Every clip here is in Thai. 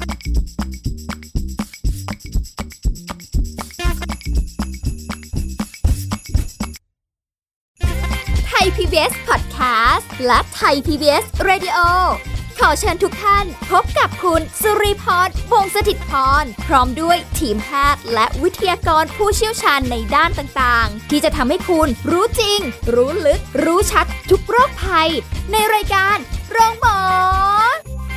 ไทย PBS Podcast และไทย PBS Radio ขอเชิญทุกท่านพบกับคุณสุริพร วงศ์สถิตย์พรพร้อมด้วยทีมแพทย์และวิทยากรผู้เชี่ยวชาญในด้านต่างๆที่จะทำให้คุณรู้จริงรู้ลึกรู้ชัดทุกโรคภัยในรายการโรงพยาบาล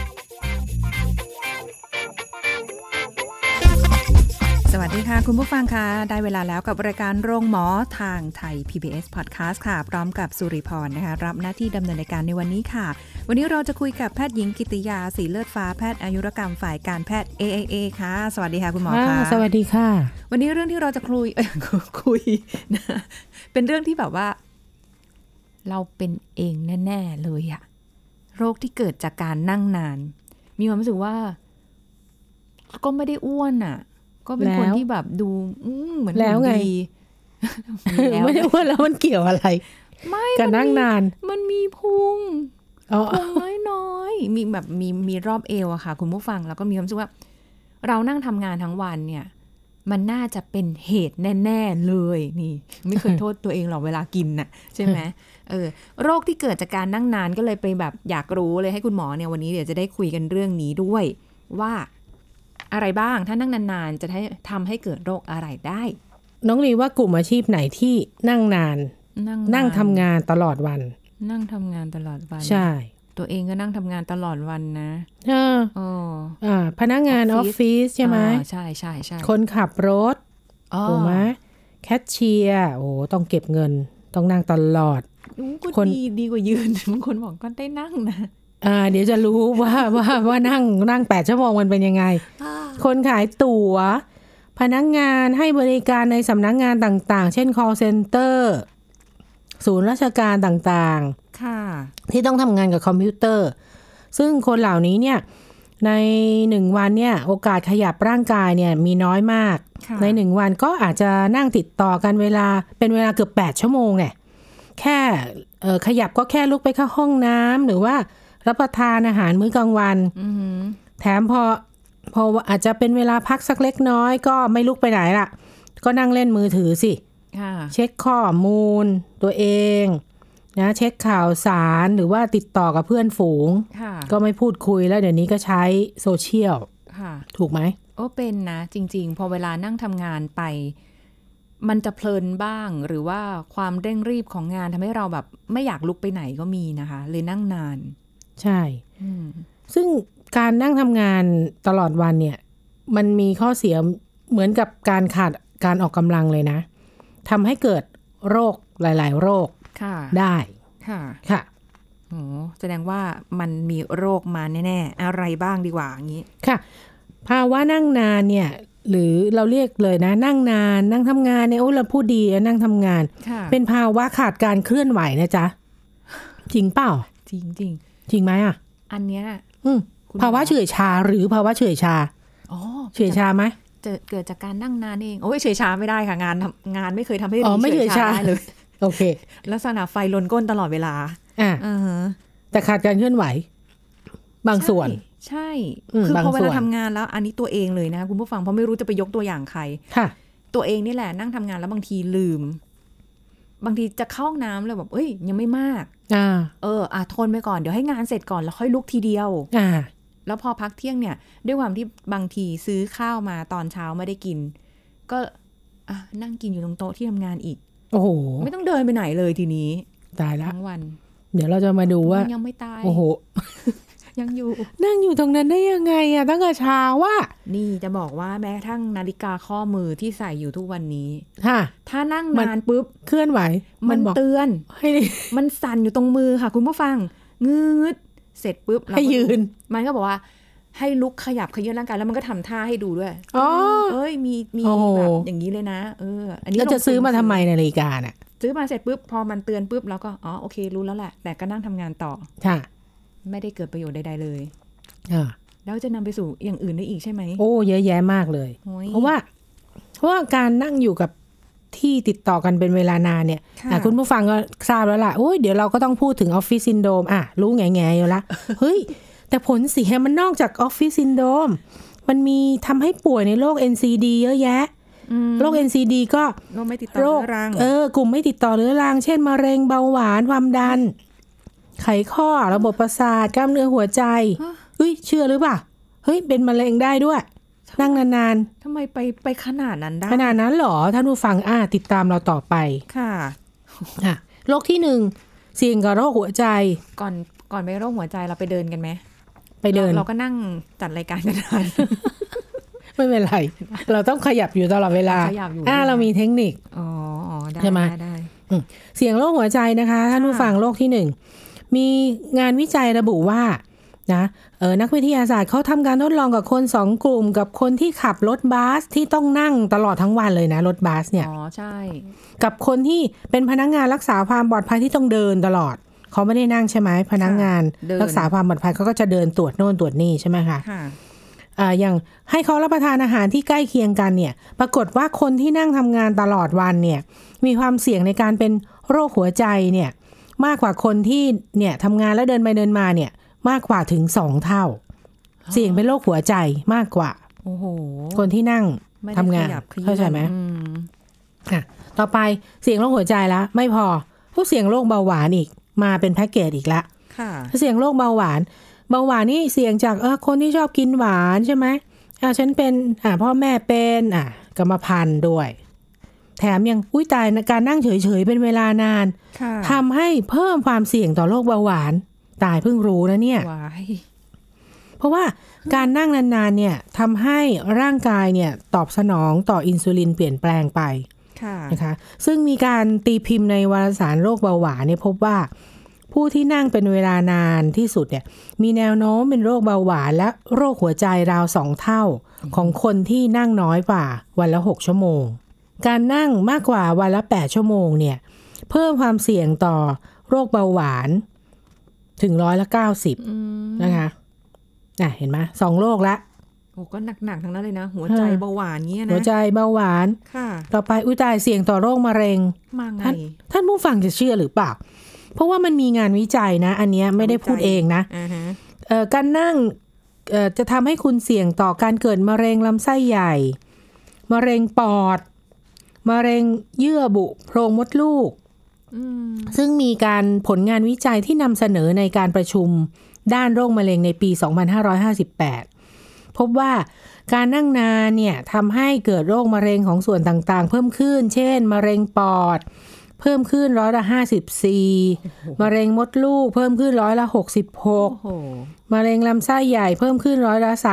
สวัสดีค่ะคุณผู้ฟังค่ะได้เวลาแล้วกับรายการโรงหมอทางไทย PBS Podcast ค่ะพร้อมกับสุริพรนะคะรับหน้าที่ดำเนินรายการในวันนี้ค่ะวันนี้เราจะคุยกับแพทย์หญิงกิติยาสีเลือดฟ้าแพทย์อายุรกรรมฝ่ายการแพทย์ AIA ค่ะสวัสดีค่ะคุณหมอค่ะสวัสดีค่ะวันนี้เรื่องที่เราจะคุยนะเป็นเรื่องที่แบบว่าเราเป็นเองแน่ๆเลยอะโรคที่เกิดจากการนั่งนานมีความรู้สึกว่าก็ไม่ได้อ้วนอะก็เป็นคนที่แบบดูเหมือนแล้วไง ไม่ได้ว่าแล้วมันเกี่ยวอะไรไม่การนั่งนานมันมีพุงน้อยๆมีแบบมีรอบเอวอะค่ะคุณผู้ฟังแล้วก็มีความรู้สึกว่าเรานั่งทำงานทั้งวันเนี่ยมันน่าจะเป็นเหตุแน่ๆเลยนี่ไม่เคยโทษตัวเองหรอกเวลากินน่ะใช่ไหมโรคที่เกิดจากการนั่งนานก็เลยไปแบบอยากรู้เลยให้คุณหมอเนี่ยวันนี้เดี๋ยวจะได้คุยกันเรื่องนี้ด้วยว่าอะไรบ้างถ้านั่งนานๆจะทำให้เกิดโรคอะไรได้น้องลีว่ากลุ่มอาชีพไหนที่นั่งนานนั่งทำงานตลอดวันนั่งทำงานตลอดวันใช่ตัวเองก็นั่งทำงานตลอดวันนะพนักงานออฟฟิศใช่ไหมใช่ใช่ใช่คนขับรถถูกไหมแคชเชียร์โอ้ต้องเก็บเงินต้องนั่งตลอดคนดีกว่ายืนบางคนบอกก็ได้นั่งนะเดี๋ยวจะรู้ว่านั่ง8 ชั่วโมงมันเป็นยังไงคนขายตั๋วพนักงานให้บริการในสำนักงานต่างๆเช่น call center ศูนย์ราชการต่างๆที่ต้องทำงานกับคอมพิวเตอร์ซึ่งคนเหล่านี้เนี่ยใน1วันเนี่ยโอกาสขยับร่างกายเนี่ยมีน้อยมากใน1วันก็อาจจะนั่งติดต่อกันเวลาเป็นเวลาเกือบ8 ชั่วโมงเนี่ยแค่ขยับก็แค่ลุกไปเข้าห้องน้ำหรือว่ารับประทานอาหารมื้อกลางวันแถมพออาจจะเป็นเวลาพักสักเล็กน้อยก็ไม่ลุกไปไหนล่ะก็นั่งเล่นมือถือสิเช็คข้อมูลตัวเองนะเช็คข่าวสารหรือว่าติดต่อกับเพื่อนฝูงก็ไม่พูดคุยแล้วเดี๋ยวนี้ก็ใช้โซเชียลถูกไหมเป็นนะจริงๆพอเวลานั่งทำงานไปมันจะเพลินบ้างหรือว่าความเร่งรีบของงานทำให้เราแบบไม่อยากลุกไปไหนก็มีนะคะเลยนั่งนานใช่ซึ่งการนั่งทำงานตลอดวันเนี่ยมันมีข้อเสียเหมือนกับการขาดการออกกำลังเลยนะทำให้เกิดโรคหลายๆโรคได้ค่ะแสดงว่ามันมีโรคมาแน่ๆอะไรบ้างดีกว่าอย่างนี้ค่ะภาวะนั่งนานเนี่ยหรือเราเรียกเลยนะนั่งนานนั่งทำงานเนี่ยเราพูดดีนั่งทำงานเป็นภาวะขาดการเคลื่อนไหวนะจ๊ะจริงเปล่าจริงจริงไหมอ่ะอันเนี้ยภาวะเฉื่อยชาหรือภาวะเฉื่อยชาเฉื่อยชาไหมเกิดจากการนั่งนานเองโอ้ยเฉื่อยชาไม่ได้ค่ะงานไม่เคยทำให้ไม่เฉื่อยชาได้เลยโอเคลักษณะไฟลนก้นตลอดเวลาแต่ขาดการเคลื่อนไหวบางส่วนใช่คือพอเวลาทำงานแล้วอันนี้ตัวเองเลยนะคุณผู้ฟังเพราะไม่รู้จะไปยกตัวอย่างใครตัวเองนี่แหละนั่งทำงานแล้วบางทีลืมบางทีจะเข้าห้องน้ำเลยแบบเอ้ยยังไม่มากทนไปก่อนเดี๋ยวให้งานเสร็จก่อนแล้วค่อยลุกทีเดียวแล้วพอพักเที่ยงเนี่ยด้วยความที่บางทีซื้อข้าวมาตอนเช้าไม่ได้กินก็นั่งกินอยู่ตรงโต๊ะที่ทำงานอีกโอ้โหไม่ต้องเดินไปไหนเลยทีนี้ตายแล้วทั้งวันเดี๋ยวเราจะมาดูว่ายังไม่ตายโอ้โหยังอยู่นั่งอยู่ตรงนั้นได้ยังไงอะตั้งแต่เช้าว่านี่จะบอกว่าแม้กระทั่งนาฬิกาข้อมือที่ใส่อยู่ทุกวันนี้ถ้านั่งนานปุ๊บเคลื่อนไหวมันเตือนมันสั่นอยู่ตรงมือค่ะคุณผู้ฟังงืดเสร็จปุ๊บให้ยืนมันก็บอกว่าให้ลุกขยับขยื่นร่างกายแล้วมันก็ทำท่าให้ดูด้วยเอ้ยมีแบบอย่างนี้เลยนะอันนี้เราจะซื้อมาทำไมนาฬิกาน่ะซื้อมาเสร็จปุ๊บพอมันเตือนปุ๊บเราก็โอเครู้แล้วแหละแต่ก็นั่งทำงานต่อค่ะไม่ได้เกิดประโยชน์ใดๆเลยแล้วจะนำไปสู่อย่างอื่นได้อีกใช่ไหมโอ้เยอะแยะมากเลยเพราะว่าการนั่งอยู่กับที่ติดต่อกันเป็นเวลานานเนี่ยคุณผู้ฟังก็ทราบแล้วล่ะโอ้ยเดี๋ยวเราก็ต้องพูดถึงออฟฟิศซินโดรมรู้แง่ๆอยู่ละเฮ้ยแต่ผลเสียมันนอกจากออฟฟิศซินโดรมมันมีทำให้ป่วยในโรค NCD เยอะแยะโรค NCD ก็โรคไม่ติดต่อเรื้อรังกลุ่มไม่ติดต่อเรื้อรังเช่นมะเร็งเบาหวานความดันไขข้อระบบประสาทกล้ามเนื้อหัวใจเชื่อหรือเปล่าเป็นมะเร็งได้ด้วยนั่งนานๆทำไมไปขนาดนั้นได้ขนาดนั้นหรอท่านผู้ฟังติดตามเราต่อไปค่ะโรคที่1เสี่ยงกับโรคหัวใจก่อนไปโรคหัวใจเราไปเดินกันไหมไปเดินเราก็นั่งจัดรายการกันได้ไม่เป็นไรเราต้องขยับอยู่ตลอดเวลาเรามีเทคนิคได้ใช่ไหมเสี่ยงโรคหัวใจนะคะท่านผู้ฟังโรคที่1มีงานวิจัยระบุว่านะนักวิทยาศาสตร์เขาทำการทดลองกับคน2กลุ่มกับคนที่ขับรถบัสที่ต้องนั่งตลอดทั้งวันเลยนะรถบัสเนี่ยใช่กับคนที่เป็นพนักงานรักษาความปลอดภัยที่ต้องเดินตลอดเขาไม่ได้นั่งใช่ไหมพนักงานรักษาความปลอดภัยเขาก็จะเดินตรวจโน่นตรวจนี่ใช่ไหมคะอย่างให้เขารับประทานอาหารที่ใกล้เคียงกันเนี่ยปรากฏว่าคนที่นั่งทำงานตลอดวันเนี่ยมีความเสี่ยงในการเป็นโรคหัวใจเนี่ยมากกว่าคนที่เนี่ยทำงานแล้วเดินไปเดินมาเนี่ยมากกว่าถึง2เท่าเสี่ยงเป็นโรคหัวใจมากกว่าคนที่นั่งทำงานเข้าใจไหมต่อไปเสี่ยงโรคหัวใจแล้วไม่พอผู้เสี่ยงโรคเบาหวานอีกมาเป็นแพ็กเกจอีกละเสี่ยงโรคเบาหวานนี่เสี่ยงจากคนที่ชอบกินหวานใช่ไหมฉันเป็นพ่อแม่เป็นกรรมพันธุ์ด้วยแถมยังตายการนั่งเฉยๆเป็นเวลานานทำให้เพิ่มความเสี่ยงต่อโรคเบาหวานตายเพิ่งรู้นะเนี่ยเพราะว่าการนั่งนานๆเนี่ยทำให้ร่างกายเนี่ยตอบสนองต่ออินซูลินเปลี่ยนแปลงไปนะคะซึ่งมีการตีพิมพ์ในวารสารโรคเบาหวานเนี่ยพบว่าผู้ที่นั่งเป็นเวลานานที่สุดเนี่ยมีแนวโน้มเป็นโรคเบาหวานและโรคหัวใจราว2เท่าของคนที่นั่งน้อยกว่าวันละ6ชั่วโมงการนั่งมากกว่าวันละ8ชั่วโมงเนี่ยเพิ่มความเสี่ยงต่อโรคเบาหวานถึง90%นะคะเห็นไหม2โรคละก็หนักๆทั้งนั้นเลยนะหัวใจเบาหวานเงี้ยนะหัวใจเบาหวานต่อไปตายเสี่ยงต่อโรคมะเร็งท่านผู้ฟังจะเชื่อหรือเปล่าเพราะว่ามันมีงานวิจัยนะอันนี้ไม่ได้พูดเองนะการนั่งจะทำให้คุณเสี่ยงต่อการเกิดมะเร็งลำไส้ใหญ่มะเร็งปอดมะเร็งเยื่อบุโพรงมดลูกซึ่งมีการผลงานวิจัยที่นำเสนอในการประชุมด้านโรคมะเร็งในปี 2558 พบว่าการนั่งนานเนี่ยทำให้เกิดโรคมะเร็งของส่วนต่างๆเพิ่มขึ้นเช่นมะเร็งปอดเพิ่มขึ้น54%มะเร็งมดลูกเพิ่มขึ้น66%มะเร็งลำไส้ใหญ่เพิ่มขึ้น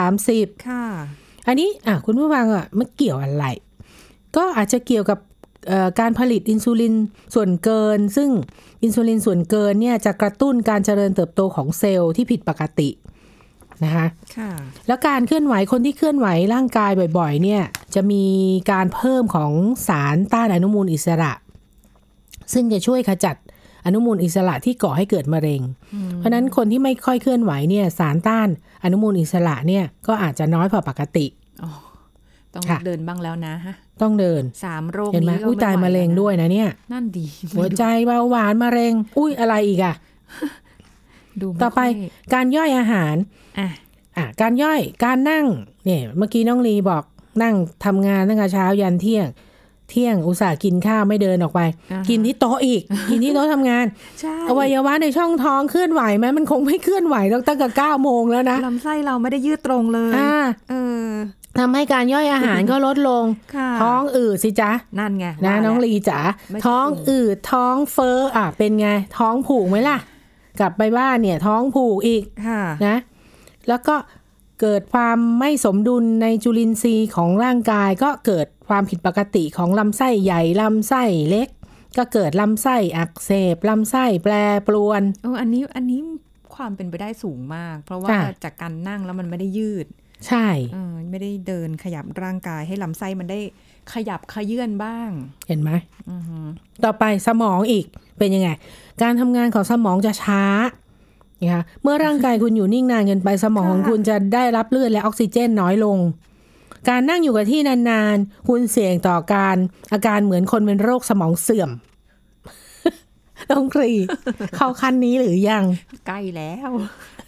30% ค่ะอันนี้คุณผู้ฟังไม่เกี่ยวอะไรก็อาจจะเกี่ยวกับการผลิตอินซูลินส่วนเกินซึ่งอินซูลินส่วนเกินเนี่ยจะกระตุ้นการเจริญเติบโตของเซลล์ที่ผิดปกตินะคะแล้วการเคลื่อนไหวคนที่เคลื่อนไหวร่างกายบ่อยๆเนี่ยจะมีการเพิ่มของสารต้านอนุมูลอิสระซึ่งจะช่วยขจัดอนุมูลอิสระที่ก่อให้เกิดมะเร็งเพราะนั้นคนที่ไม่ค่อยเคลื่อนไหวเนี่ยสารต้านอนุมูลอิสระเนี่ยก็อาจจะน้อยกว่าปกติต้องเดินบ้างแล้วนะต้องเดิน 3โรคนี้เห็นไหมตายมะเร็งด้วยนะเนี่ยนั่นดีหัวใจเบาหวานมะเร็งอะไรอีกต่อไปการย่อยอาหารการย่อยการนั่งเนี่ยเมื่อกี้น้องลีบอกนั่งทำงานตั้งแต่เช้ายันเที่ยงอุตส่าห์กินข้าวไม่เดินออกไปกินที่โต๊ะอีก กินที่โต๊ะทำงานอวัยวะในช่องท้องเคลื่อนไหวไหมมันคงไม่เคลื่อนไหวตั้งแต่9 โมงแล้วนะลำไส้เราไม่ได้ยืดตรงเลยทำให้การย่อยอาหารก็ลดลงท้องอืดสิจ๊ะนั่นไงนะน้องลีจ๋าท้องอืดท้องเฟ้อเป็นไงท้องผูกไหมล่ะกลับไปบ้านเนี่ยท้องผูกอีกนะแล้วก็เกิดความไม่สมดุลในจุลินทรีย์ของร่างกายก็เกิดความผิดปกติของลำไส้ใหญ่ลำไส้เล็กก็เกิดลำไส้อักเสบลำไส้แปรปรวนอันนี้ความเป็นไปได้สูงมากเพราะว่าจากการนั่งแล้วมันไม่ได้ยืดใช่ไม่ได้เดินขยับร่างกายให้ลำไส้มันได้ขยับขยื่นบ้างเห็นไหมต่อไปสมองอีกเป็นยังไงการทำงานของสมองจะช้านะคะเมื่อร่างกายคุณอยู่นิ่งนานเกินไปสมองของคุณจะได้รับเลือดและออกซิเจนน้อยลงการนั่งอยู่กับที่นานๆคุณเสี่ยงต่ออาการเหมือนคนเป็นโรคสมองเสื่อมต้องกรีเข้าขั้นนี้หรือยังใกล้แล้ว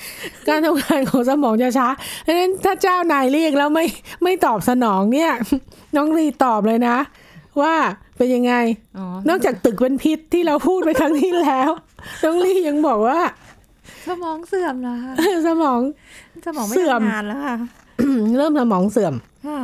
การทำงานของสมองจะช้าเพราะฉะนั้นถ้าเจ้านายเรียกแล้วไม่ตอบสนองเนี่ย น้องลีตอบเลยนะว่าเป็นยังไงนอกจากตึกเป็นพิษที่เราพูดไปครั้งที่แล้วน้องลียังบอกว่าสมองเสื่อมแล้วค่ะสมองไม่ทำงานแล้วค่ะเริ่มสมองเสื่อม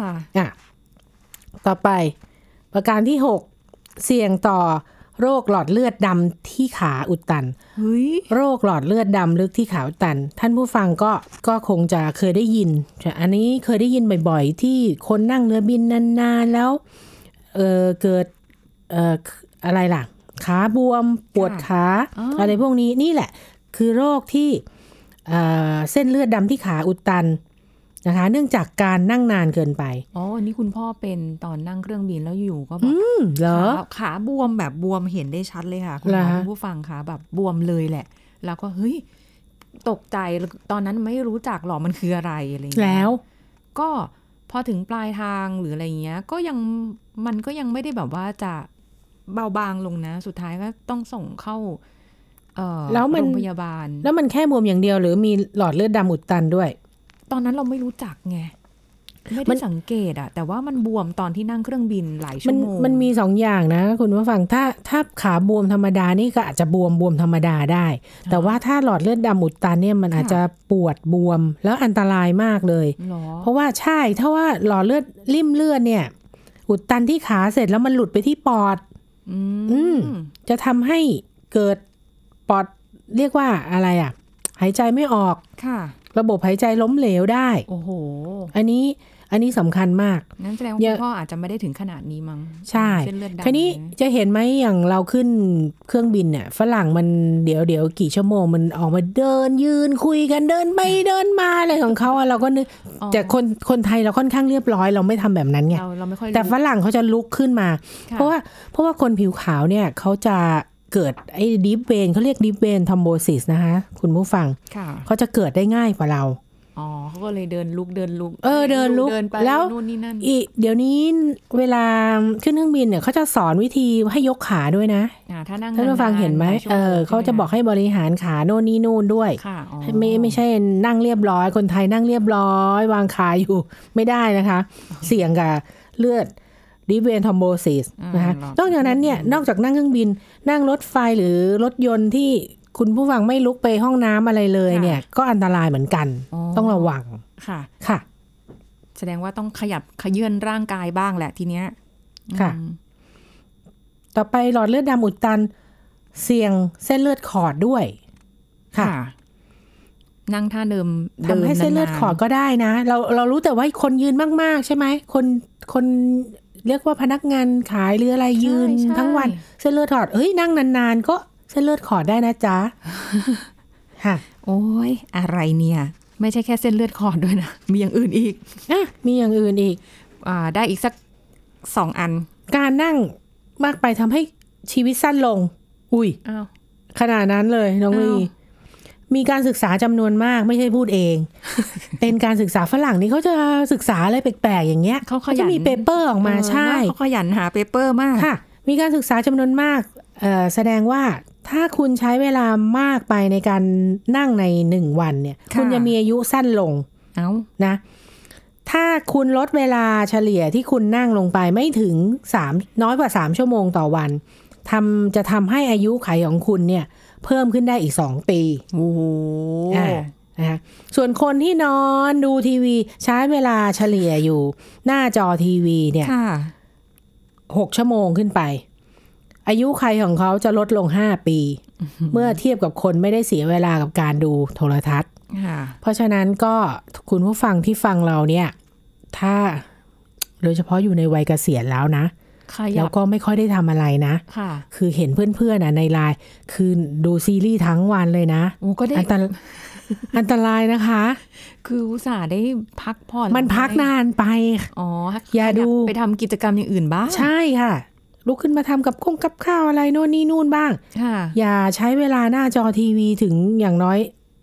ต่อไปประการที่6เสี่ยงต่อโรคหลอดเลือดดำที่ขาอุดตันโรคหลอดเลือดดำลึกที่ขาอุดตันท่านผู้ฟังก็คงจะเคยได้ยินอันนี้เคยได้ยินบ่อยๆที่คนนั่งเรือบินนานๆแล้วเกิดอะไรล่ะขาบวมปวดขาอะไรพวกนี้นี่แหละคือโรคที่เส้นเลือดดำที่ขาอุดตันนะคะเนื่องจากการนั่งนานเกินไปนี่คุณพ่อเป็นตอนนั่งเครื่องบินแล้วอยู่ก็แบบขาบวมแบบบวมเห็นได้ชัดเลยค่ะคุณผู้ฟังค่ะแบบบวมเลยแหละแล้วก็เฮ้ยตกใจตอนนั้นไม่รู้จักหรอกมันคืออะไรอะไรอย่างเงี้ยแล้วก็พอถึงปลายทางหรืออะไรเงี้ยมันก็ยังไม่ได้แบบว่าจะเบาบางลงนะสุดท้ายก็ต้องส่งเข้าโรงพยาบาลแล้วมันแค่บวมอย่างเดียวหรือมีหลอดเลือดดำอุดตันด้วยตอนนั้นเราไม่รู้จักไงไม่ได้สังเกตแต่ว่ามันบวมตอนที่นั่งเครื่องบินหลายชั่วโมงมันมี2อย่างนะคุณผู้ฟังถ้าขาบวมธรรมดานี่ก็อาจจะบวมธรรมดาได้แต่ว่าถ้าหลอดเลือดดำอุดตันเนี่ยมันอาจจะปวดบวมแล้วอันตรายมากเลยเพราะว่าใช่ถ้าว่าหลอดเลือดริ่มเลือดเนี่ยอุดตันที่ขาเสร็จแล้วมันหลุดไปที่ปอดจะทำให้เกิดปอดเรียกว่าอะไรหายใจไม่ออกระบบหายใจล้มเหลวได้โอ้โหอันนี้สำคัญมากงั้นแสดงว่าพ่ออาจจะไม่ได้ถึงขนาดนี้มั้งใช่ทีนี้จะเห็นไหมอย่างเราขึ้นเครื่องบินเนี่ยฝรั่งมันเดี๋ยวกี่ชั่วโมงมันออกมาเดินยืนคุยกันเดินไปเดินมาอะไรของเขาเราก็นึกแต่คนไทยเราค่อนข้างเรียบร้อยเราไม่ทำแบบนั้นไงแต่ฝรั่งเขาจะลุกขึ้นมาเพราะว่าคนผิวขาวเนี่ยเขาจะเกิดไอ้ดิฟเวนเขาเรียกดิฟเวนทอมโบซิสนะคะคุณผู้ฟังเขาจะเกิดได้ง่ายกว่าเราเขาก็เลยเดินลุกเดินลุกแล้วเดี๋ยวนี้เวลาขึ้นเครื่องบินเนี่ยเขาจะสอนวิธีให้ยกขาด้วยนะถ้านั่งท่านผู้ฟังเห็นไหมเขาจะบอกให้บริหารขาโน่นนี่นู่นด้วยไม่ใช่นั่งเรียบร้อยคนไทยนั่งเรียบร้อยวางขาอยู่ไม่ได้นะคะเสี่ยงกับเลือดดิฟเวนทอมโบซิสนะคะนอกจากนั้นเนี่ยนอกจากนั่งเครื่องบินนั่งรถไฟหรือรถยนต์ที่คุณผู้ฟังไม่ลุกไปห้องน้ำอะไรเลยเนี่ยก็อันตรายเหมือนกันต้องระวังค่ะแสดงว่าต้องขยับขยื่นร่างกายบ้างแหละทีเนี้ยค่ะต่อไปหลอดเลือดดำอุดตันเสี่ยงเส้นเลือดขอดด้วยค่ะนั่งท่าเดิมทำให้เส้นเลือดขอดก็ได้นะเรารู้แต่ว่าคนยืนมากๆใช่ไหมคนเรียกว่าพนักงานขายหรืออะไรยืนทั้งวันเส้นเลือดขอดนั่งนานๆก็เส้นเลือดขอดได้นะจ๊ะค่ะโอ้ยอะไรเนี่ยไม่ใช่แค่เส้นเลือดขอดด้วยนะมีอย่างอื่นอีกมีอย่างอื่นอีกได้อีกสัก2 อันการนั่งมากไปทำให้ชีวิตสั้นลงอุ้ยขนาดนั้นเลยน้องลีมีการศึกษาจำนวนมากไม่ใช่พูดเอง เป็นการศึกษาฝรั่งนี่เขาจะศึกษาอะไรแปลกๆอย่างเงี้ยเขาจะมีเปเปอร์ออกมาใช่เขาขยันหาเปเปอร์มากค่ะมีการศึกษาจำนวนมากแสดงว่าถ้าคุณใช้เวลามากไปในการนั่งใน1 วันเนี่ยคุณจะมีอายุสั้นลงนะถ้าคุณลดเวลาเฉลี่ยที่คุณนั่งลงไปไม่ถึงน้อยกว่า3 ชั่วโมงต่อวันจะทำให้อายุขัยของคุณเนี่ยเพิ่มขึ้นได้อีก2 ปีโอ้โหนะส่วนคนที่นอนดูทีวีใช้เวลาเฉลี่ยอยู่หน้าจอทีวีเนี่ย6 ชั่วโมงขึ้นไปอายุขัยของเขาจะลดลง5 ปีเมื่อเทียบกับคนไม่ได้เสียเวลากับการดูโทรทัศน์เพราะฉะนั้นก็คุณผู้ฟังที่ฟังเราเนี่ยถ้าโดยเฉพาะอยู่ในวัยเกษียณแล้วนะแล้วก็ไม่ค่อยได้ทำอะไรนะคือเห็นเพื่อนๆในไลน์คือดูซีรีส์ทั้งวันเลยนะอันตรายนะคะคืออุตส่าห์ได้พักผ่อนมันพักนานไปอย่าดูไปทำกิจกรรมอย่างอื่นบ้างใช่ค่ะลุกขึ้นมาทำกับข้าวอะไรโน่นนี่นู่นบ้างอย่าใช้เวลาหน้าจอทีวีถึงอย่างน้อย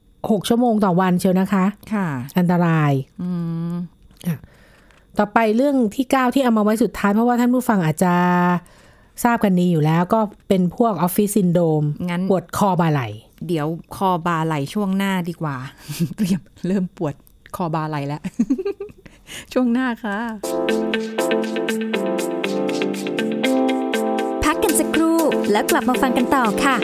6 ชั่วโมงต่อวันเชียวนะคะอันตรายต่อไปเรื่องที่9ที่เอามาไว้สุดท้ายเพราะว่าท่านผู้ฟังอาจจะทราบกันดีอยู่แล้วก็เป็นพวกออฟฟิศซินโดรมปวดคอบ่าไหล่เดี๋ยวคอบ่าไหล่ช่วงหน้าดีกว่า เตรียมเริ่มปวดคอบ่าไหล่แล้ว ช่วงหน้าค่ะพักกันสักครู่แล้วกลับมาฟังกันต่อค่ะ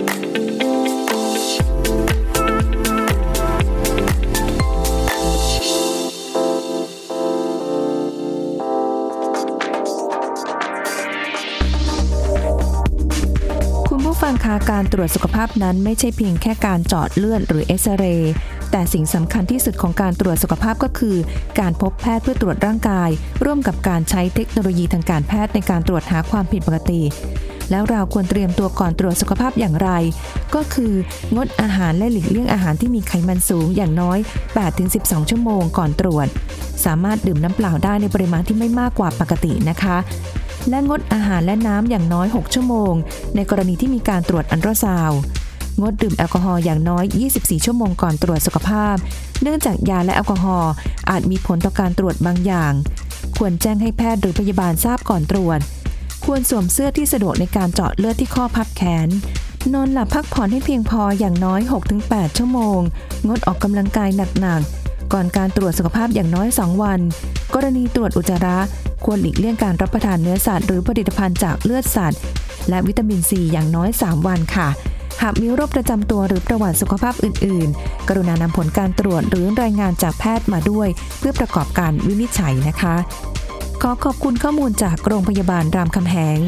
คุณผู้ฟังคะการตรวจสุขภาพนั้นไม่ใช่เพียงแค่การเจาะเลือดหรือเอ็กซเรย์แต่สิ่งสำคัญที่สุดของการตรวจสุขภาพก็คือการพบแพทย์เพื่อตรวจร่างกายร่วมกับการใช้เทคโนโลยีทางการแพทย์ในการตรวจหาความผิดปกติแล้วเราควรเตรียมตัวก่อนตรวจสุขภาพอย่างไรก็คืองดอาหารและหลีกเลี่ยงอาหารที่มีไขมันสูงอย่างน้อย 8-12 ชั่วโมงก่อนตรวจสามารถดื่มน้ำเปล่าได้ในปริมาณที่ไม่มากกว่าปกตินะคะและงดอาหารและน้ำอย่างน้อย6ชั่วโมงในกรณีที่มีการตรวจอัลตราซาวด์งดดื่มแอลกอฮอล์อย่างน้อย24ชั่วโมงก่อนตรวจสุขภาพเนื่องจากยาและแอลกอฮอล์อาจมีผลต่อการตรวจบางอย่างควรแจ้งให้แพทย์หรือพยาบาลทราบก่อนตรวจควรสวมเสื้อที่สะดวกในการเจาะเลือดที่ข้อพับแขนนอนหลับพักผ่อนให้เพียงพออย่างน้อย 6-8 ชั่วโมงงดออกกำลังกายหนักๆก่อนการตรวจสุขภาพอย่างน้อย2วันกรณีตรวจอุจจาระควรหลีกเลี่ยงการรับประทานเนื้อสัตว์หรือผลิตภัณฑ์จากเลือดสัตว์และวิตามินซีอย่างน้อย3วันค่ะหากมีโรคประจำตัวหรือประวัติสุขภาพอื่นๆกรุณานำผลการตรวจหรือรายงานจากแพทย์มาด้วยเพื่อประกอบการวินิจฉัยนะคะขอขอบคุณข้อมูลจากโรงพยาบาลรามคำแหง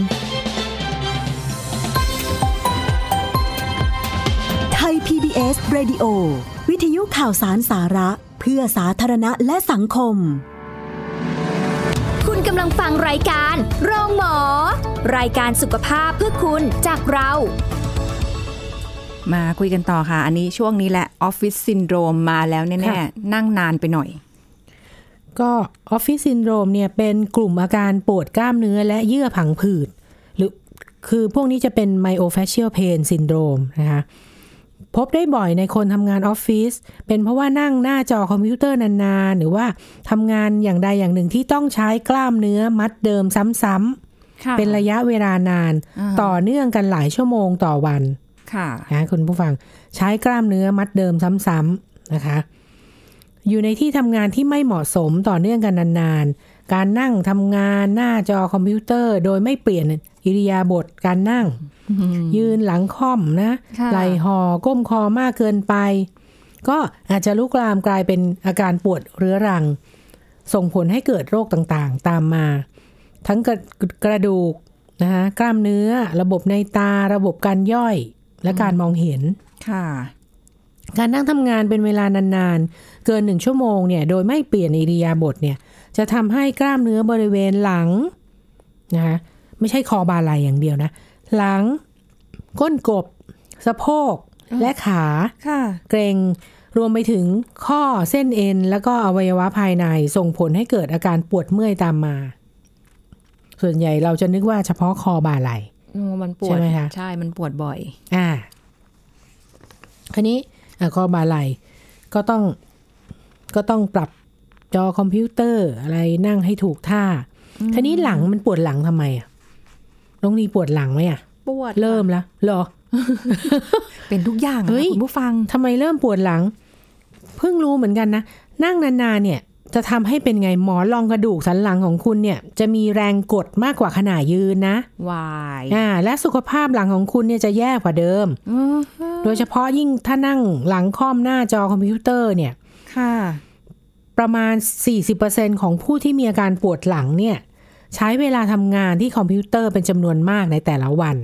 ไทย PBS Radio วิทยุข่าวสารสาระเพื่อสาธารณะและสังคมคุณกำลังฟังรายการโรงหมอรายการสุขภาพเพื่อคุณจากเรามาคุยกันต่อค่ะอันนี้ช่วงนี้แหละออฟฟิศซินโดรมมาแล้วแน่ๆนั่งนานไปหน่อยก็ออฟฟิศซินโดรมเนี่ยเป็นกลุ่มอาการปวดกล้ามเนื้อและเยื่อผังผืดหรือคือพวกนี้จะเป็น myofascial pain syndrome นะคะพบได้บ่อยในคนทำงานออฟฟิศเป็นเพราะว่านั่งหน้าจอคอมพิวเตอร์นานๆหรือว่าทำงานอย่างใดอย่างหนึ่งที่ต้องใช้กล้ามเนื้อมัดเดิมซ้ำๆเป็นระยะเวลานานต่อเนื่องกันหลายชั่วโมงต่อวันนะคุณผู้ฟังใช้กล้ามเนื้อมัดเดิมซ้ำๆนะคะอยู่ในที่ทำงานที่ไม่เหมาะสมต่อเนื่องกันนานๆการนั่งทำงานหน้าจอคอมพิวเตอร์โดยไม่เปลี่ยนอิริยาบถการนั่งยืนหลังค่อมนะไหล่ห่อก้มคอมากเกินไปก็อาจจะลุกลามกลายเป็นอาการปวดเรื้อรังส่งผลให้เกิดโรคต่างๆตามมาทั้งกระดูกนะคะกล้ามเนื้อระบบในตาระบบการย่อยและการมองเห็นค่ะการนั่งทำงานเป็นเวลานานๆเกิน1ชั่วโมงเนี่ยโดยไม่เปลี่ยนอิริยาบถเนี่ยจะทำให้กล้ามเนื้อบริเวณหลังนะคะไม่ใช่คอบ่าไหล่อย่างเดียวนะหลังก้นกบสะโพกและขาเกร็งรวมไปถึงข้อเส้นเอ็นแล้วก็อวัยวะภายในส่งผลให้เกิดอาการปวดเมื่อยตามมาส่วนใหญ่เราจะนึกว่าเฉพาะคอบ่าไหล่มันปวดใช่มันปวดบ่อยคราวนี้คอบ่าไหล่ก็ต้องปรับจอคอมพิวเตอร์อะไรนั่งให้ถูกท่าคราวนี้หลังมันปวดหลังทำไมอ่ะน้องนีปวดหลังไหมอ่ะปวดเริ่มแล้วเหรอเป็นทุกอย่างคุณผู้ฟังทำไมเริ่มปวดหลังเพิ่งรู้เหมือนกันนะนั่งนานๆเนี่ยจะทำให้เป็นไงหมอนรองกระดูกสันหลังของคุณเนี่ยจะมีแรงกดมากกว่าขณะยืนนะวายและสุขภาพหลังของคุณเนี่ยจะแย่กว่าเดิมโดยเฉพาะยิ่งถ้านั่งหลังค่อมหน้าจอคอมพิวเตอร์เนี่ยประมาณ 40% ของผู้ที่มีอาการปวดหลังเนี่ยใช้เวลาทำงานที่คอมพิวเตอร์เป็นจำนวนมากในแต่ละวัน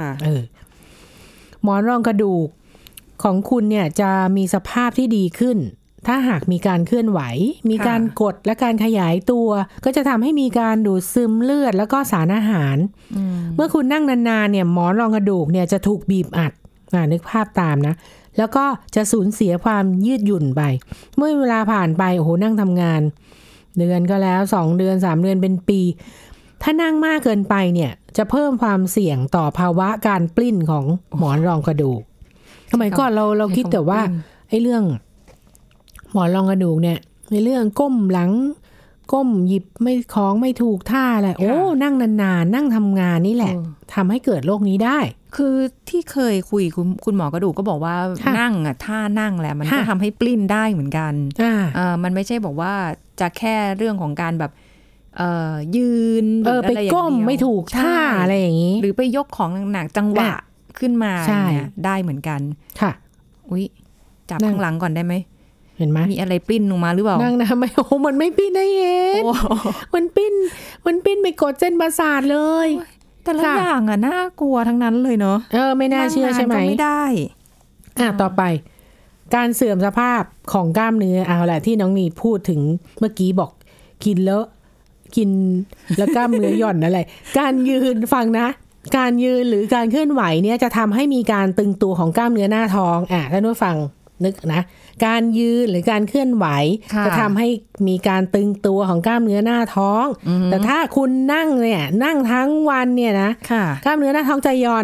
หมอนรองกระดูกของคุณเนี่ยจะมีสภาพที่ดีขึ้นถ้าหากมีการเคลื่อนไหวมีการกดและการขยายตัวก็จะทำให้มีการดูดซึมเลือดแล้วก็สารอาหารเมื่อคุณนั่งนานๆเนี่ยหมอนรองกระดูกเนี่ยจะถูกบีบอัดนึกภาพตามนะแล้วก็จะสูญเสียความยืดหยุ่นไปเมื่อเวลาผ่านไปโอ้โหนั่งทำงานเดือนก็แล้ว2เดือน3เดือนเป็นปีถ้านั่งมากเกินไปเนี่ยจะเพิ่มความเสี่ยงต่อภาวะการปลิ้นของหมอนรองกระดูกสมัยก่อนเราคิดแต่ว่าไอ้เรื่องหมอนรองกระดูกเนี่ยในเรื่องก้มหลังก้มหยิบไม่ของไม่ถูกท่าแหละโอ้นั่งนานๆนั่งทำงานนี่แหละทำให้เกิดโรคนี้ได้คือที่เคยคุยคุณหมอกระดูกก็บอกว่านั่งอ่ะท่านั่งแหละมันก็ทำให้ปลิ้นได้เหมือนกันมันไม่ใช่บอกว่าจะแค่เรื่องของการแบบยืนไปก้มไม่ถูกท่าอะไรอย่างนี้หรือไปยกของหนักๆจังหวะขึ้นมาเนี่ยได้เหมือนกันค่ะอุ๊ยจับข้างหลังก่อนได้ไหมเห็นไหมมีอะไรปลิ้นลงมาหรือเปล่านั่งนะไม่มันไม่ปลิ้นได้เองมันปลิ้นไปกดเส้นประสาทเลยแต่ละอย่างอ่ะน่ากลัวทั้งนั้นเลยเนาะไม่น่าเชื่อใช่ไหมไม่ได้ต่อไปการเสื่อมสภาพของกล้ามเนื้อเอาแหละที่น้องนีพูดถึงเมื่อกี้บอกกินแล้วกล้ามเนื้อหย่อนอะไรการยืนฟังนะการยืนหรือการเคลื่อนไหวเนี่ยจะทำให้มีการตึงตัวของกล้ามเนื้อหน้าท้องท่านผู้ฟังนึกนะการยืนหรือการเคลื่อนไหวจะทำให้มีการตึงตัวของกล้ามเนื้อหน้าท้องแต่ถ้าคุณนั่งเนี่ยนั่งทั้งวันเนี่ยนะกล้ามเนื้อหน้าท้องจะหย่อน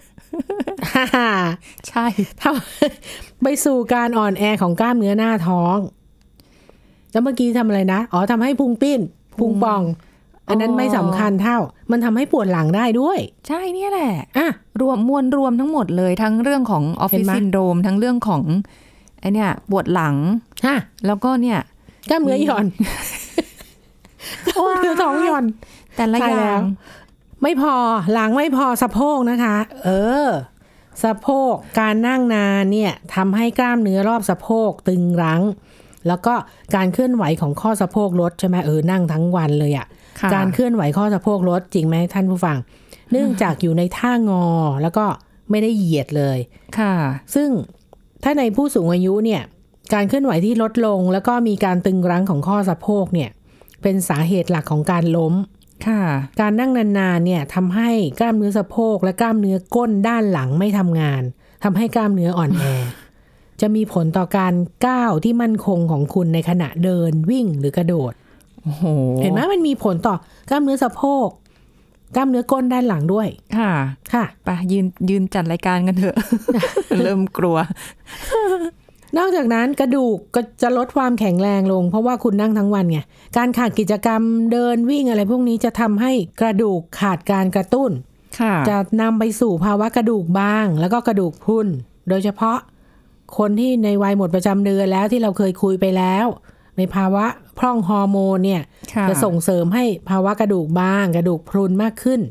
ใช่ทำไปสู่การอ่อนแอของกล้ามเนื้อหน้าท้องแล้วเมื่อกี้ทำอะไรนะทำให้พุงปิ้นพุงป่องอันนั้นไม่สำคัญเท่ามันทำให้ปวดหลังได้ด้วยใช่เนี่ยแหละรวมทั้งหมดเลยทั้งเรื่องของออฟฟิศซินโดรมทั้งเรื่องของไอเนี่ยปวดหลังแล้วก็เนี่ยกล้ามเนื้อหย่อนกล้ามเนื้อท้องหย่อนแต่ละอย่างไม่พอหลังไม่พอสะโพกนะคะสะโพกการนั่งนานเนี่ยทำให้กล้ามเนื้อรอบสะโพกตึงรั้งแล้วก็การเคลื่อนไหวของข้อสะโพกลดใช่ไหมนั่งทั้งวันเลยการเคลื่อนไหวข้อสะโพกลดจริงไหมท่านผู้ฟังเนื่องจากอยู่ในท่างอแล้วก็ไม่ได้เหยียดเลยค่ะซึ่งถ้าในผู้สูงอายุเนี่ยการเคลื่อนไหวที่ลดลงแล้วก็มีการตึงรั้งของข้อสะโพกเนี่ยเป็นสาเหตุหลักของการล้มการนั่งนานๆเนี่ยทำให้กล้ามเนื้อสะโพกและกล้ามเนื้อก้นด้านหลังไม่ทำงานทำให้กล้ามเนื้ออ่อนแอจะมีผลต่อการก้าวที่มั่นคงของคุณในขณะเดินวิ่งหรือกระโดดเห็นไหมมันมีผลต่อกล้ามเนื้อสะโพกกล้ามเนื้อก้นด้านหลังด้วยค่ะไปยืนจัดรายการกันเถอะ เริ่มกลัวนอกจากนั้นกระดูกก็จะลดความแข็งแรงลงเพราะว่าคุณนั่งทั้งวันไงการขาดกิจกรรมเดินวิ่งอะไรพวกนี้จะทำให้กระดูกขาดการกระตุ้นจะนำไปสู่ภาวะกระดูกบางแล้วก็กระดูกพรุนโดยเฉพาะคนที่ในวัยหมดประจำเดือนแล้วที่เราเคยคุยไปแล้วในภาวะพร่องฮอร์โมนเนี่ยจะส่งเสริมให้ภาวะกระดูกบางกระดูกพรุนมากขึ้น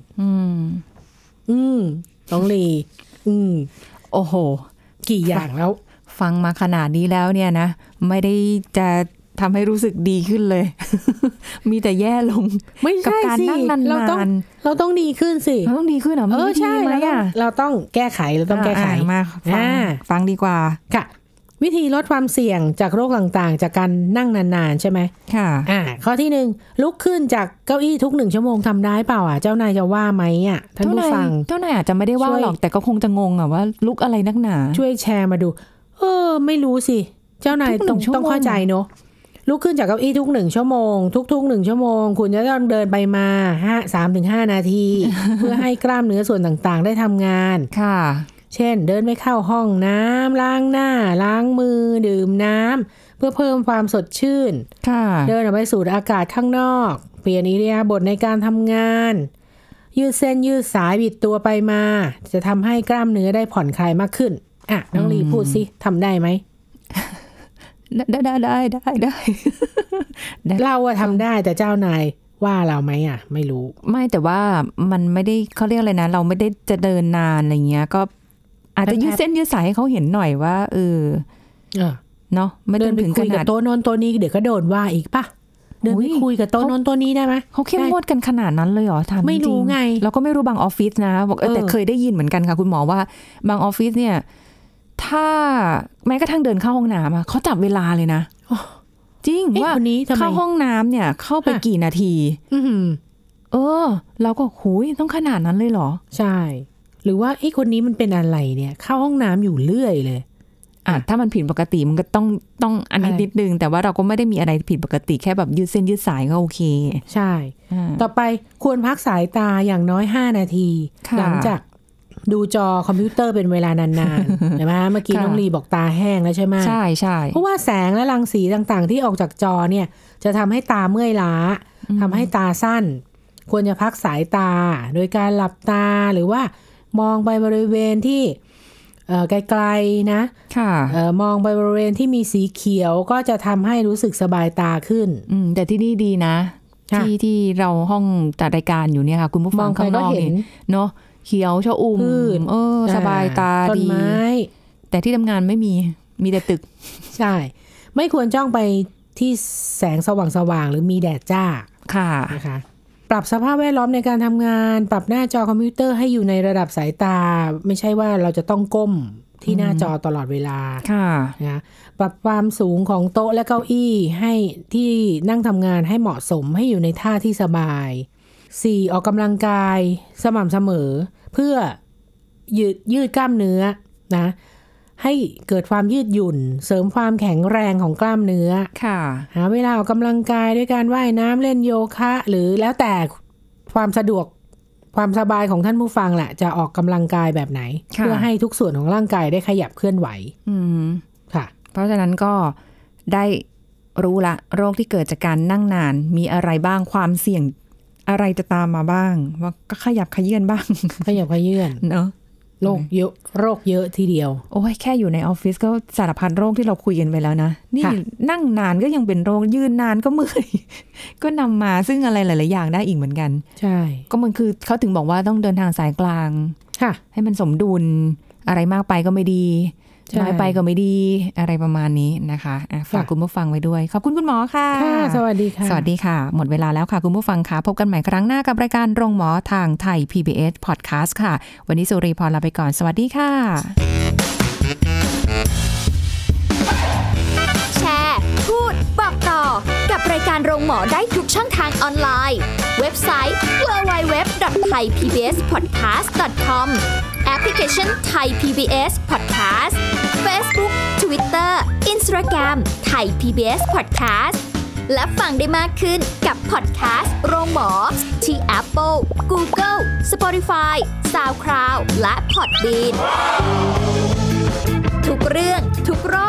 น้องลีโอ้โหกี่อย่างแล้วฟังมาขนาดนี้แล้วเนี่ยนะไม่ได้จะทำให้รู้สึกดีขึ้นเลย มีแต่แย่ลงไม่ใช่สิเราต้องดีขึ้นสิเราต้องดีขึ้นเหรอใช่เราต้องแก้ไขมาฟังดีกว่าค่ะวิธีลดความเสี่ยงจากโรคต่างๆจากการนั่งนานๆใช่ไหมค่ะข้อที่1ลุกขึ้นจากเก้าอี้ทุก1 ชั่วโมงทำได้เปล่าเจ้านายจะว่าไหมท่านผู้ฟังเจ้านายอาจจะไม่ได้ว่าหรอกแต่ก็คงจะงงว่าลุกอะไรนักหนาช่วยแชร์มาดูไม่รู้สิเจ้านายต้องเข้าใจเนอะลุกขึ้นจากเก้าอี้ทุก1 ชั่วโมงทุก1 ชั่วโมงคุณจะต้องเดินไปมา 3-5 นาที เพื่อให้กล้ามเนื้อส่วนต่างๆได้ทำงานค่ะเช่นเดินไปเข้าห้องน้ำล้างหน้าล้างมือดื่มน้ำเพื่อเพิ่มความสดชื่นเดินออกไปสูดอากาศข้างนอกเปลี่ยนอิริยาบถในการทำงานยืดเส้นยืดสายบิดตัวไปมาจะทำให้กล้ามเนื้อได้ผ่อนคลายมากขึ้นน้องลีพูดสิทำได้ไหมได้เราทำได้แต่เจ้านายว่าเราไหมไม่รู้ไม่แต่ว่ามันไม่ได้เขาเรียกอะไรนะเราไม่ได้จะเดินนานอะไรเงี้ยก็อาจจะยืดเส้นยืดสายให้เขาเห็นหน่อยว่าเนาะไม่ต้องถึงขนาดโต๊ะนอนตัวนี้เดี๋ยวก็โดนว่าอีกป่ะเดินไปคุยกับโต๊ะนอนตัวนี้ได้ไหมเขาเข้มงวดกันขนาดนั้นเลยเหรอถามไม่รู้ไงเราก็ไม่รู้บางออฟฟิศนะบอกแต่เคยได้ยินเหมือนกันค่ะคุณหมอว่าบางออฟฟิศเนี่ยถ้าแม้กระทั่งเดินเข้าห้องน้ำเขาจับเวลาเลยนะจริงว่าเข้าห้องน้ำเนี่ยเข้าไปกี่นาทีเราก็หุยต้องขนาดนั้นเลยเหรอใช่หรือว่าไอ้คนนี้มันเป็นอะไรเนี่ยเข้าห้องน้ำอยู่เรื่อยเลยถ้ามันผิดปกติมันก็ต้องอันนี้นิดนึงแต่ว่าเราก็ไม่ได้มีอะไรผิดปกติแค่แบบยืดเส้นยืดสายก็โอเคใช่ต่อไปควรพักสายตาอย่างน้อย5 นาทีหลังจากดูจอคอมพิวเตอร์เป็นเวลานานๆใช่ไหมเมื่อกี้น้องลีบอกตาแห้งแล้วใช่ไหมใช่ใช่เพราะว่าแสงและรังสีต่างๆที่ออกจากจอเนี่ยจะทำให้ตาเมื่อยล้าทำให้ตาสั้นควรจะพักสายตาโดยการหลับตาหรือว่ามองไปบริเวณที่ไกลๆนะค่ะมองไปบริเวณที่มีสีเขียวก็จะทำให้รู้สึกสบายตาขึ้นแต่ที่นี่ดีนะที่เราห้องจัดรายการอยู่เนี่ยค่ะคุณผู้ฟังข้างนอกนี่เนาะเขียวชอุ่มสบายตาดีต้นไม้แต่ที่ทำงานไม่มีแต่ตึกใช่ไม่ควรจ้องไปที่แสงสว่างๆหรือมีแดดจ้าค่ะนะคะปรับสภาพแวดล้อมในการทำงานปรับหน้าจอคอมพิวเตอร์ให้อยู่ในระดับสายตาไม่ใช่ว่าเราจะต้องก้มที่หน้าจอตลอดเวลาค่ะนะปรับความสูงของโต๊ะและเก้าอี้ให้ที่นั่งทำงานให้เหมาะสมให้อยู่ในท่าที่สบาย 4. ออกกำลังกายสม่ำเสมอเพื่อยืดกล้ามเนื้อนะให้เกิดความยืดหยุ่นเสริมความแข็งแรงของกล้ามเนื้อค่ะหาเวลาออกกำลังกายด้วยการว่ายน้ำเล่นโยคะหรือแล้วแต่ความสะดวกความสบายของท่านผู้ฟังแหละจะออกกำลังกายแบบไหนเพื่อให้ทุกส่วนของร่างกายได้ขยับเคลื่อนไหวค่ะเพราะฉะนั้นก็ได้รู้ละโรคที่เกิดจากการนั่งนานมีอะไรบ้างความเสี่ยงอะไรจะตามมาบ้างว่าก็ขยับขยื่นบ้างขยับขยื่นเนาะโรคเยอะทีเดียวโอ้ยแค่อยู่ในออฟฟิศก็สารพัดโรคที่เราคุยกันไปแล้วนะนี่นั่งนานก็ยังเป็นโรคยืนนานก็เมื่อยก็นำมาซึ่งอะไรหลายๆอย่างได้อีกเหมือนกันใช่ก็มันคือเขาถึงบอกว่าต้องเดินทางสายกลางให้มันสมดุลอะไรมากไปก็ไม่ดีน้อยไปก็ไม่ดีอะไรประมาณนี้นะคะฝากคุณผู้ฟังไว้ด้วยขอบคุณคุณหมอค่ะสวัสดีค่ะสวัสดีค่ะหมดเวลาแล้วค่ะคุณผู้ฟังค่ะพบกันใหม่ครั้งหน้ากับรายการโรงหมอทางไทย PBS Podcast ค่ะวันนี้สุรีพรลาไปก่อนสวัสดีค่ะแชร์พูดบอกต่อกับรายการโรงหมอได้ทุกช่องทางออนไลน์เว็บไซต์ www.thaipbspodcast.com แอปพลิเคชัน Thai PBS Podcast Facebook Twitter Instagram Thai PBS Podcast และฟังได้มากขึ้นกับ Podcast โรงหมอที่ Apple, Google, Spotify, SoundCloud และ Podbean ทุกเรื่องทุกโร